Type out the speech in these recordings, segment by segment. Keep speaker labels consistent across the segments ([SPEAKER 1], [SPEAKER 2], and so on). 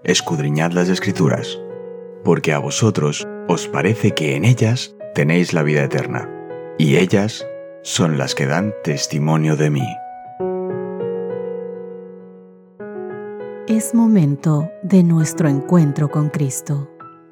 [SPEAKER 1] escudriñad las Escrituras, porque a vosotros os parece que en ellas tenéis la vida eterna, y ellas son las que dan testimonio de mí.
[SPEAKER 2] Es momento de nuestro encuentro con Cristo.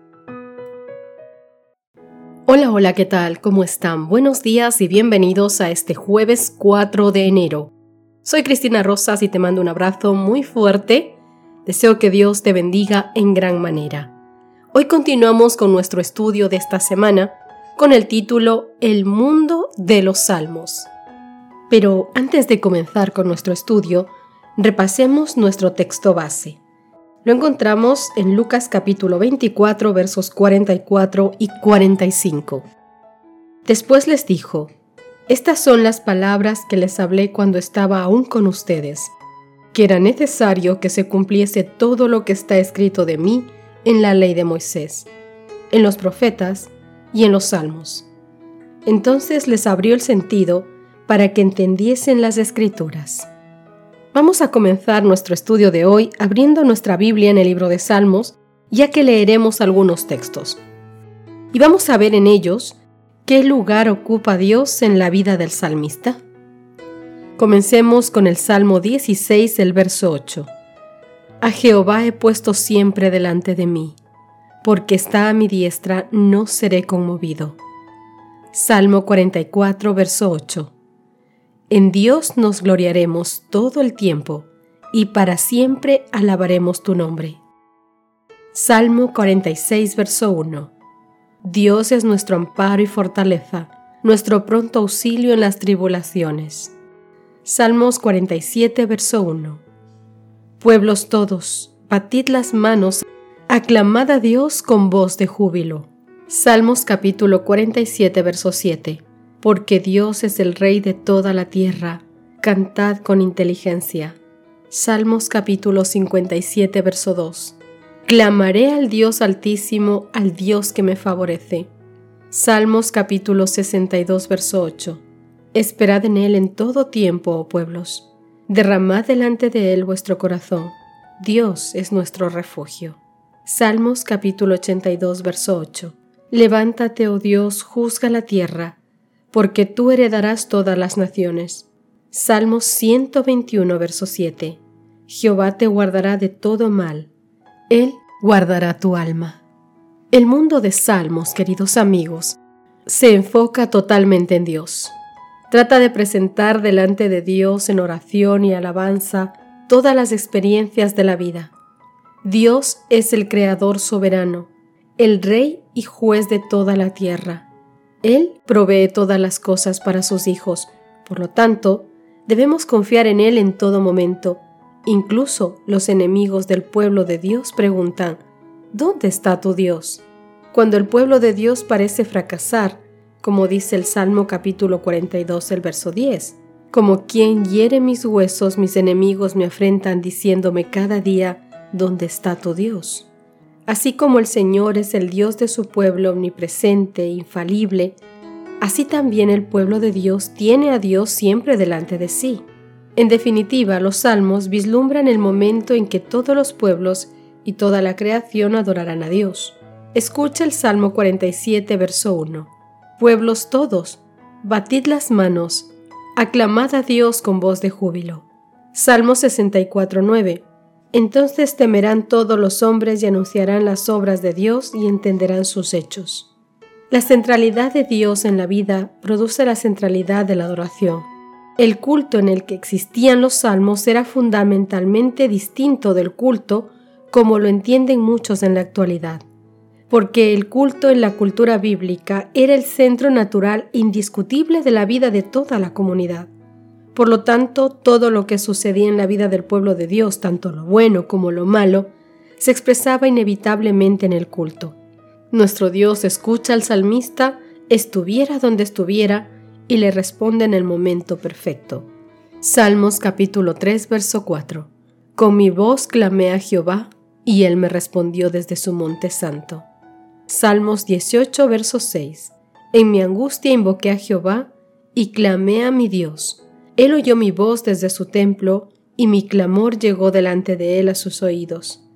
[SPEAKER 3] Hola, ¿qué tal? ¿Cómo están? Buenos días y bienvenidos a este jueves 4 de enero. Soy Cristina Rosas y te mando un abrazo muy fuerte. Deseo que Dios te bendiga en gran manera. Hoy continuamos con nuestro estudio de esta semana con el título El mundo de los Salmos. Pero antes de comenzar con nuestro estudio, repasemos nuestro texto base. Lo encontramos en Lucas capítulo 24, versos 44 y 45. Después les dijo: Estas son las palabras que les hablé cuando estaba aún con ustedes, que era necesario que se cumpliese todo lo que está escrito de mí en la ley de Moisés, en los profetas y en los salmos. Entonces les abrió el sentido para que entendiesen las Escrituras. Vamos a comenzar nuestro estudio de hoy abriendo nuestra Biblia en el libro de Salmos, ya que leeremos algunos textos. Y vamos a ver en ellos qué lugar ocupa Dios en la vida del salmista. Comencemos con el Salmo 16, el verso 8. A Jehová he puesto siempre delante de mí, porque está a mi diestra, no seré conmovido. Salmo 44, verso 8. En Dios nos gloriaremos todo el tiempo, y para siempre alabaremos tu nombre. Salmo 46, verso 1. Dios es nuestro amparo y fortaleza, nuestro pronto auxilio en las tribulaciones. Salmos 47, verso 1. Pueblos todos, batid las manos, aclamad a Dios con voz de júbilo. Salmos capítulo 47, verso 7. Porque Dios es el Rey de toda la tierra, cantad con inteligencia. Salmos capítulo 57, verso 2. Clamaré al Dios Altísimo, al Dios que me favorece. Salmos capítulo 62, verso 8. Esperad en Él en todo tiempo, oh pueblos. Derramad delante de Él vuestro corazón. Dios es nuestro refugio. Salmos capítulo 82, verso 8. Levántate, oh Dios, juzga la tierra, porque tú heredarás todas las naciones. Salmos 121, verso 7. Jehová te guardará de todo mal. Él guardará tu alma. El mundo de Salmos, queridos amigos, se enfoca totalmente en Dios. Trata de presentar delante de Dios en oración y alabanza todas las experiencias de la vida. Dios es el Creador soberano, el Rey y Juez de toda la tierra. Él provee todas las cosas para sus hijos, por lo tanto, debemos confiar en Él en todo momento. Incluso los enemigos del pueblo de Dios preguntan: ¿dónde está tu Dios? Cuando el pueblo de Dios parece fracasar, como dice el Salmo capítulo 42, el verso 10, como quien hiere mis huesos, mis enemigos me afrentan diciéndome cada día: ¿dónde está tu Dios? Así como el Señor es el Dios de su pueblo omnipresente e infalible, así también el pueblo de Dios tiene a Dios siempre delante de sí. En definitiva, los salmos vislumbran el momento en que todos los pueblos y toda la creación adorarán a Dios. Escucha el Salmo 47, verso 1. Pueblos todos, batid las manos, aclamad a Dios con voz de júbilo. Salmo 64, 9. Entonces temerán todos los hombres y anunciarán las obras de Dios y entenderán sus hechos. La centralidad de Dios en la vida produce la centralidad de la adoración. El culto en el que existían los salmos era fundamentalmente distinto del culto como lo entienden muchos en la actualidad, porque el culto en la cultura bíblica era el centro natural indiscutible de la vida de toda la comunidad. Por lo tanto, todo lo que sucedía en la vida del pueblo de Dios, tanto lo bueno como lo malo, se expresaba inevitablemente en el culto. Nuestro Dios escucha al salmista, estuviera donde estuviera, y le responde en el momento perfecto. Salmos capítulo 3, verso 4. Con mi voz clamé a Jehová, y Él me respondió desde su monte santo. Salmos 18, verso 6. En mi angustia invoqué a Jehová, y clamé a mi Dios. Él oyó mi voz desde su templo, y mi clamor llegó delante de Él a sus oídos.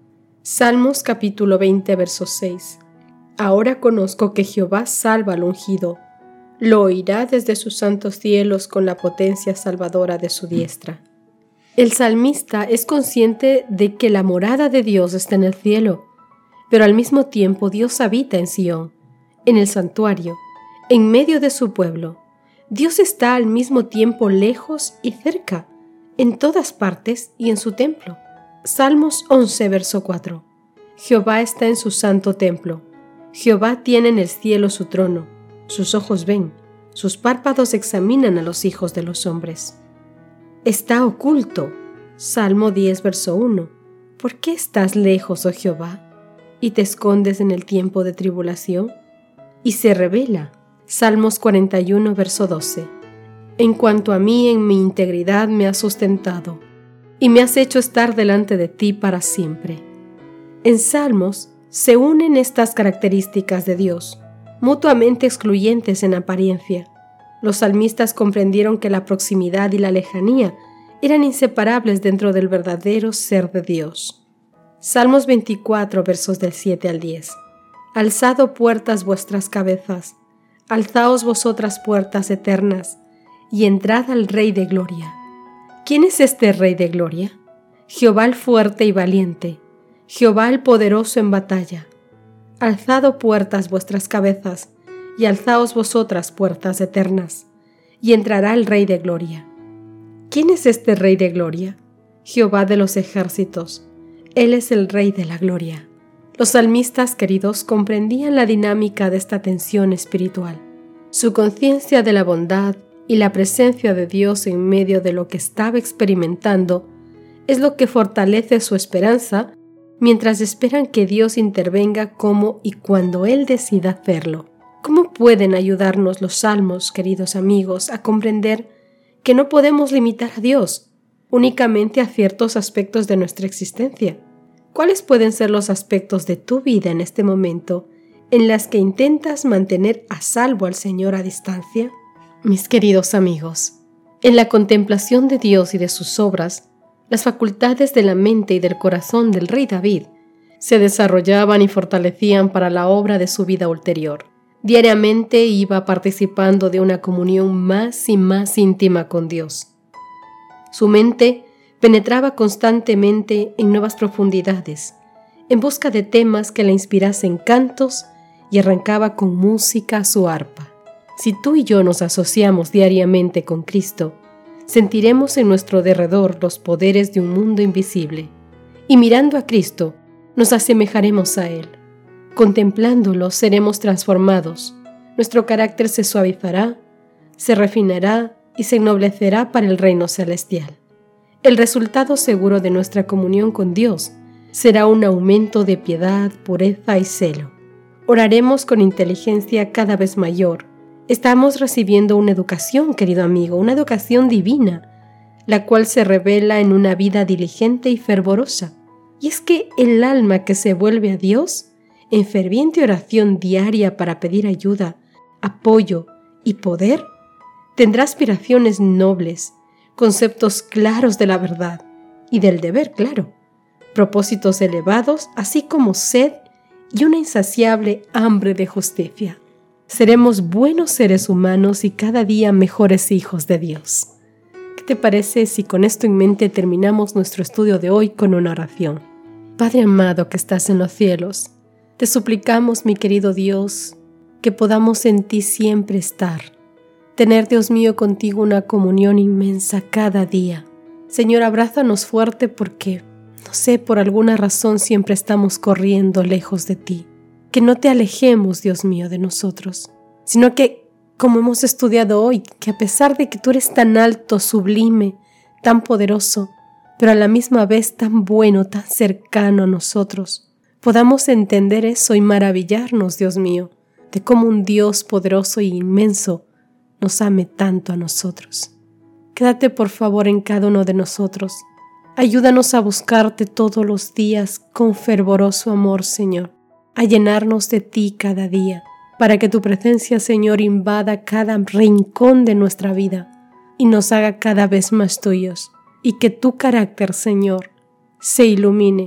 [SPEAKER 3] Salmos capítulo 20, verso 6. Ahora conozco que Jehová salva al ungido. Lo oirá desde sus santos cielos con la potencia salvadora de su diestra. El salmista es consciente de que la morada de Dios está en el cielo, pero al mismo tiempo Dios habita en Sión, en el santuario, en medio de su pueblo. Dios está al mismo tiempo lejos y cerca, en todas partes y en su templo. Salmos 11, verso 4. Jehová está en su santo templo. Jehová tiene en el cielo su trono. Sus ojos ven, sus párpados examinan a los hijos de los hombres. Está oculto. Salmo 10, verso 1. ¿Por qué estás lejos, oh Jehová, y te escondes en el tiempo de tribulación? Y se revela. Salmos 41, verso 12. En cuanto a mí, en mi integridad me has sustentado, y me has hecho estar delante de ti para siempre. En Salmos se unen estas características de Dios, mutuamente excluyentes en apariencia. Los salmistas comprendieron que la proximidad y la lejanía eran inseparables dentro del verdadero ser de Dios. Salmos 24, versos del 7 al 10. Alzad, oh puertas, vuestras cabezas, alzaos vosotras puertas eternas, y entrad al Rey de Gloria. ¿Quién es este Rey de Gloria? Jehová el fuerte y valiente, Jehová el poderoso en batalla. Alzad, oh puertas, vuestras cabezas, y alzaos vosotras puertas eternas, y entrará el Rey de Gloria. ¿Quién es este Rey de Gloria? Jehová de los ejércitos. Él es el Rey de la Gloria. Los salmistas, queridos, comprendían la dinámica de esta tensión espiritual. Su conciencia de la bondad y la presencia de Dios en medio de lo que estaba experimentando es lo que fortalece su esperanza mientras esperan que Dios intervenga como y cuando Él decida hacerlo. ¿Cómo pueden ayudarnos los salmos, queridos amigos, a comprender que no podemos limitar a Dios únicamente a ciertos aspectos de nuestra existencia? ¿Cuáles pueden ser los aspectos de tu vida en este momento en las que intentas mantener a salvo al Señor a distancia? Mis queridos amigos, en la contemplación de Dios y de sus obras, las facultades de la mente y del corazón del rey David se desarrollaban y fortalecían para la obra de su vida ulterior. Diariamente iba participando de una comunión más y más íntima con Dios. Su mente penetraba constantemente en nuevas profundidades, en busca de temas que le inspirasen cantos y arrancaba con música su arpa. Si tú y yo nos asociamos diariamente con Cristo, sentiremos en nuestro derredor los poderes de un mundo invisible, y mirando a Cristo, nos asemejaremos a Él. Contemplándolo seremos transformados, nuestro carácter se suavizará, se refinará y se ennoblecerá para el reino celestial. El resultado seguro de nuestra comunión con Dios será un aumento de piedad, pureza y celo. Oraremos con inteligencia cada vez mayor. Estamos recibiendo una educación, querido amigo, una educación divina, la cual se revela en una vida diligente y fervorosa. Y es que el alma que se vuelve a Dios, en ferviente oración diaria para pedir ayuda, apoyo y poder, tendrá aspiraciones nobles, conceptos claros de la verdad y del deber claro, propósitos elevados, así como sed y una insaciable hambre de justicia. Seremos buenos seres humanos y cada día mejores hijos de Dios. ¿Qué te parece si con esto en mente terminamos nuestro estudio de hoy con una oración? Padre amado que estás en los cielos, te suplicamos, mi querido Dios, que podamos en ti siempre estar. Tener, Dios mío, contigo una comunión inmensa cada día. Señor, abrázanos fuerte porque, no sé, por alguna razón siempre estamos corriendo lejos de ti. Que no te alejemos, Dios mío, de nosotros, sino que, como hemos estudiado hoy, que a pesar de que tú eres tan alto, sublime, tan poderoso, pero a la misma vez tan bueno, tan cercano a nosotros, podamos entender eso y maravillarnos, Dios mío, de cómo un Dios poderoso e inmenso nos ame tanto a nosotros. Quédate por favor en cada uno de nosotros. Ayúdanos a buscarte todos los días con fervoroso amor, Señor, a llenarnos de ti cada día, para que tu presencia, Señor, invada cada rincón de nuestra vida y nos haga cada vez más tuyos, y que tu carácter, Señor, se ilumine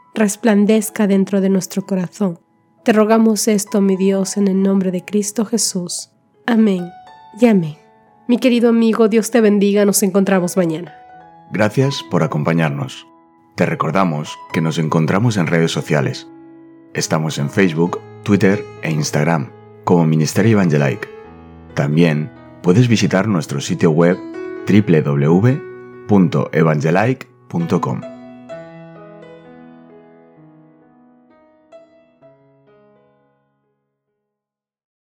[SPEAKER 3] resplandezca dentro de nuestro corazón. Te rogamos esto, mi Dios, en el nombre de Cristo Jesús. Amén y amén. Mi querido amigo, Dios te bendiga, nos encontramos mañana.
[SPEAKER 1] Gracias por acompañarnos. Te recordamos que nos encontramos en redes sociales. Estamos en Facebook, Twitter e Instagram como Ministerio Evangelike. También puedes visitar nuestro sitio web www.evangelike.com.